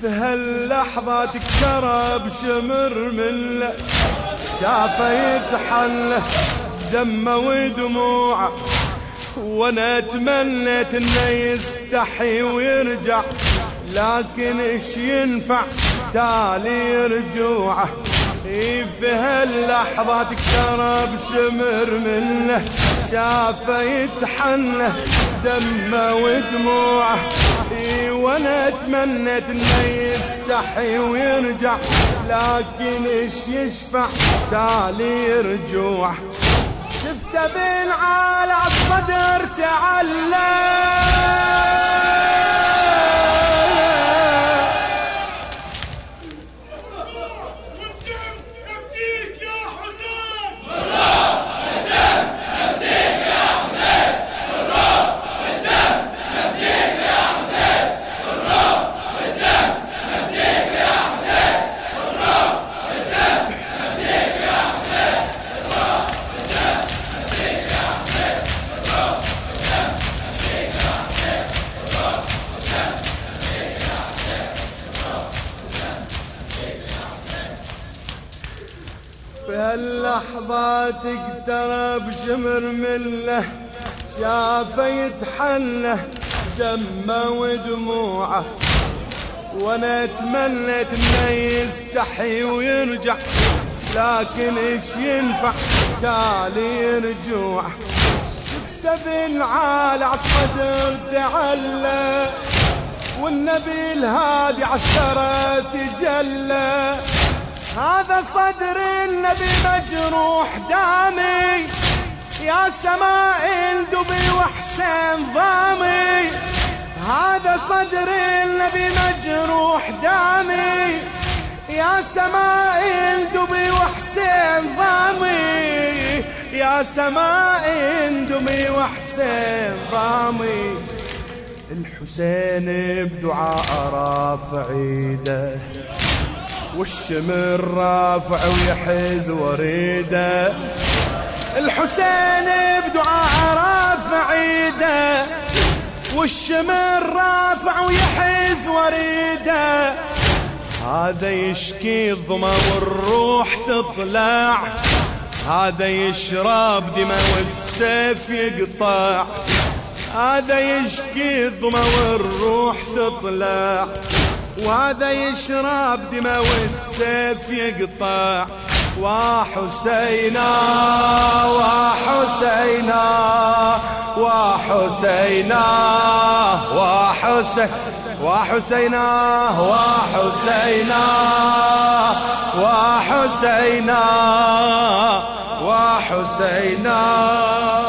في هاللحظة تكسر بشمر منه، شافه يتحله دمه ودموعه، وانا تمنيت انه يستحي ويرجع، لكن ايش ينفع تالي رجوعه. في هاللحظة تكسر بشمر منه، شافه يتحنه دمه ودموعه، وانا تمنيت انه يستحي ويرجع، لكن ايش يشفع تالي رجوعه. شفته بالعالى الصدر تعلق، في هاللحظة تقترب شمر منه، شافه يتحنه دمه ودموعه، وانا تمنيت انه يستحي ويرجع، لكن ايش ينفع تالي رجوعه. شفته بالعالي عالصدر تعلى، والنبي الهادي عالثرى تجلى، هذا صدر النبي مجروح دامي، يا سماء الدبي وحسين ضامي، هذا صدر النبي مجروح دامي، يا سماء الدبي وحسين ضامي، يا سماء الدبي وحسين ضامي. الحسين بدعاء رافع ايده، والشمر رافع ويحز وريده، الحسين بدعاء رافع ايده، والشمر رافع ويحز وريده، هذا يشكي الظما والروح تطلع، هذا يشرب دماء والسيف يقطع، هذا يشكي الظما والروح تطلع، وهذا يشرب دماء والسيف يقطع. وحسينا وحسينا وحسينا وحسينا وحسينا وحسينا وحسينا وحسينا